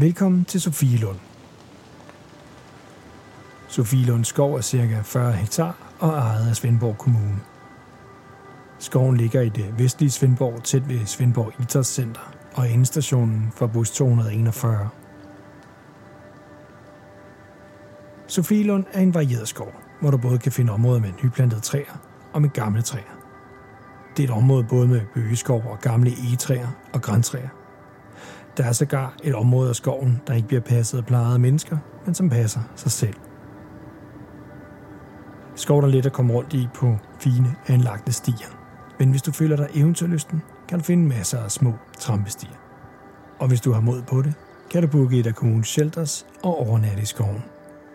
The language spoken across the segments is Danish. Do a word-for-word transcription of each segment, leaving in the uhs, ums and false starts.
Velkommen til Sofielund. Sofielund Skov er ca. fyrre hektar og ejet af Svendborg Kommune. Skoven ligger i det vestlige Svendborg tæt ved Svendborg Idrætscenter og er endestationen for bus to hundrede og enogfyrre. Sofielund er en varieret skov, hvor du både kan finde områder med nyplantede træer og med gamle træer. Det er et område både med bøgeskov og gamle egetræer og grantræer. Der er sågar et område af skoven, der ikke bliver passet og plejet af mennesker, men som passer sig selv. Skov er let at komme rundt i på fine anlagte stier. Men hvis du føler dig eventyrlysten, kan du finde masser af små trampestier. Og hvis du har mod på det, kan du booke et af kommunens shelters og overnatte i skoven.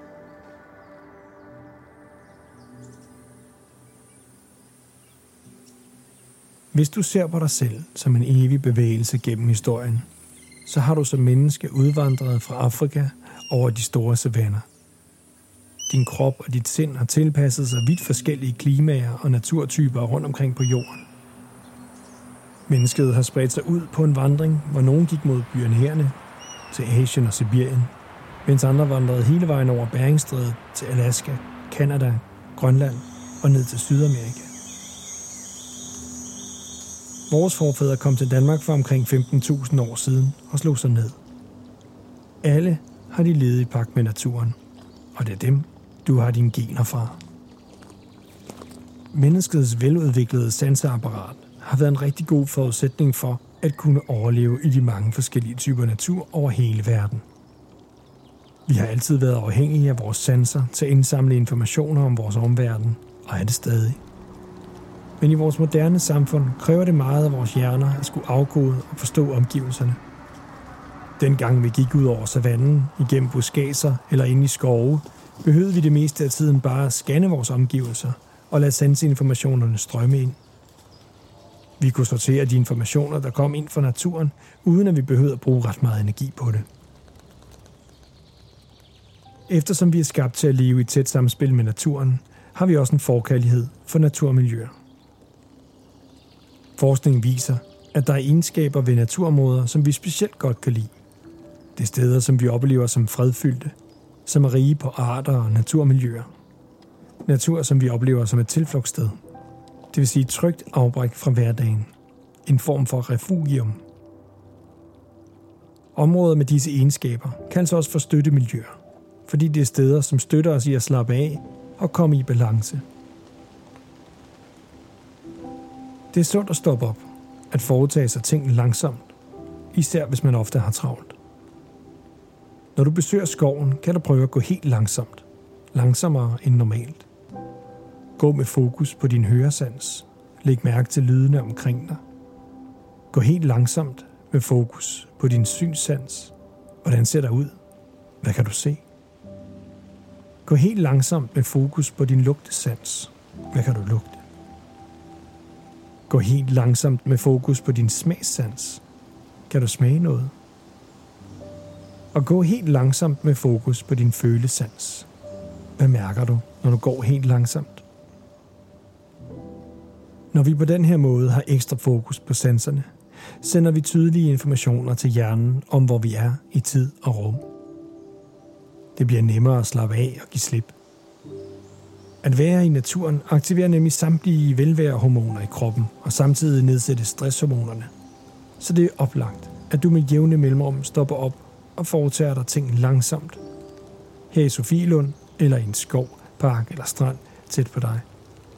Hvis du ser på dig selv som en evig bevægelse gennem historien, så har du som menneske udvandret fra Afrika over de store savanner. Din krop og dit sind har tilpasset sig vidt forskellige klimaer og naturtyper rundt omkring på jorden. Mennesket har spredt sig ud på en vandring, hvor nogen gik mod Pyrenæerne til Asien og Sibirien, mens andre vandrede hele vejen over Beringstrædet til Alaska, Canada, Grønland og ned til Sydamerika. Vores forfædre kom til Danmark for omkring femten tusind år siden og slog sig ned. Alle har de levet i pagt med naturen, og det er dem, du har dine gener fra. Menneskets veludviklede sanseapparat har været en rigtig god forudsætning for at kunne overleve i de mange forskellige typer natur over hele verden. Vi har altid været afhængige af vores sanser til at indsamle informationer om vores omverden, og er det stadig. Men i vores moderne samfund kræver det meget af vores hjerner at skulle afkode og forstå omgivelserne. Dengang vi gik ud over savannen, igennem buskager eller ind i skove, behøvede vi det meste af tiden bare at scanne vores omgivelser og lade sanseinformationerne strømme ind. Vi kunne sortere de informationer, der kom ind fra naturen, uden at vi behøvede at bruge ret meget energi på det. Eftersom vi er skabt til at leve i tæt samspil med naturen, har vi også en forkærlighed for naturmiljøer. Forskningen viser, at der er egenskaber ved naturområder, som vi specielt godt kan lide. Det er steder, som vi oplever som fredfyldte, som er rige på arter og naturmiljøer. Natur, som vi oplever som et tilflugtssted. Det vil sige trygt afbræk fra hverdagen. En form for refugium. Områder med disse egenskaber kaldes også for støttemiljøer, fordi det er steder, som støtter os i at slappe af og komme i balance. Det er sundt at stoppe op, at foretage sig ting langsomt, især hvis man ofte har travlt. Når du besøger skoven, kan du prøve at gå helt langsomt, langsommere end normalt. Gå med fokus på din høresans, læg mærke til lydene omkring dig. Gå helt langsomt med fokus på din synssans. Hvordan ser der ud? Hvad kan du se? Gå helt langsomt med fokus på din lugtesans. Hvad kan du lugte? Gå helt langsomt med fokus på din smagssans. Kan du smage noget? Og gå helt langsomt med fokus på din følesans. Hvad mærker du, når du går helt langsomt? Når vi på den her måde har ekstra fokus på sanserne, sender vi tydelige informationer til hjernen om, hvor vi er i tid og rum. Det bliver nemmere at slappe af og give slip. At være i naturen aktiverer nemlig samtlige velværehormoner i kroppen og samtidig nedsætte stresshormonerne. Så det er oplagt, at du med jævne mellemrum stopper op og foretager dig ting langsomt. Her i Sofielund eller i en skov, park eller strand tæt på dig.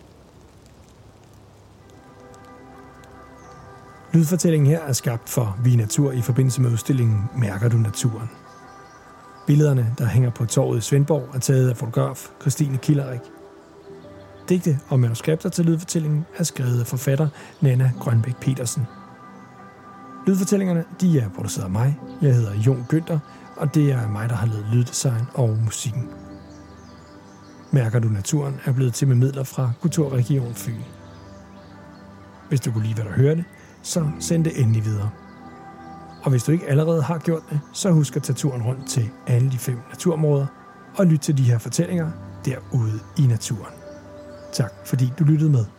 Lydfortællingen her er skabt for Vi Natur i forbindelse med udstillingen Mærker du naturen? Billederne, der hænger på torvet i Svendborg, er taget af fotograf Christine Kilderik. Digte og manuskripter til lydfortællingen er skrevet af forfatter Nanna Grønbæk Petersen. Lydfortællingerne de er produceret af mig. Jeg hedder Jon Günther, og det er mig, der har lavet lyddesign og musikken. Mærker du naturen er blevet til med midler fra Kulturregion Fyn. Hvis du kunne lide, hvad du hørte, så send det endelig videre. Og hvis du ikke allerede har gjort det, så husk at tage turen rundt til alle de fem naturområder og lyt til de her fortællinger derude i naturen. Tak fordi du lyttede med.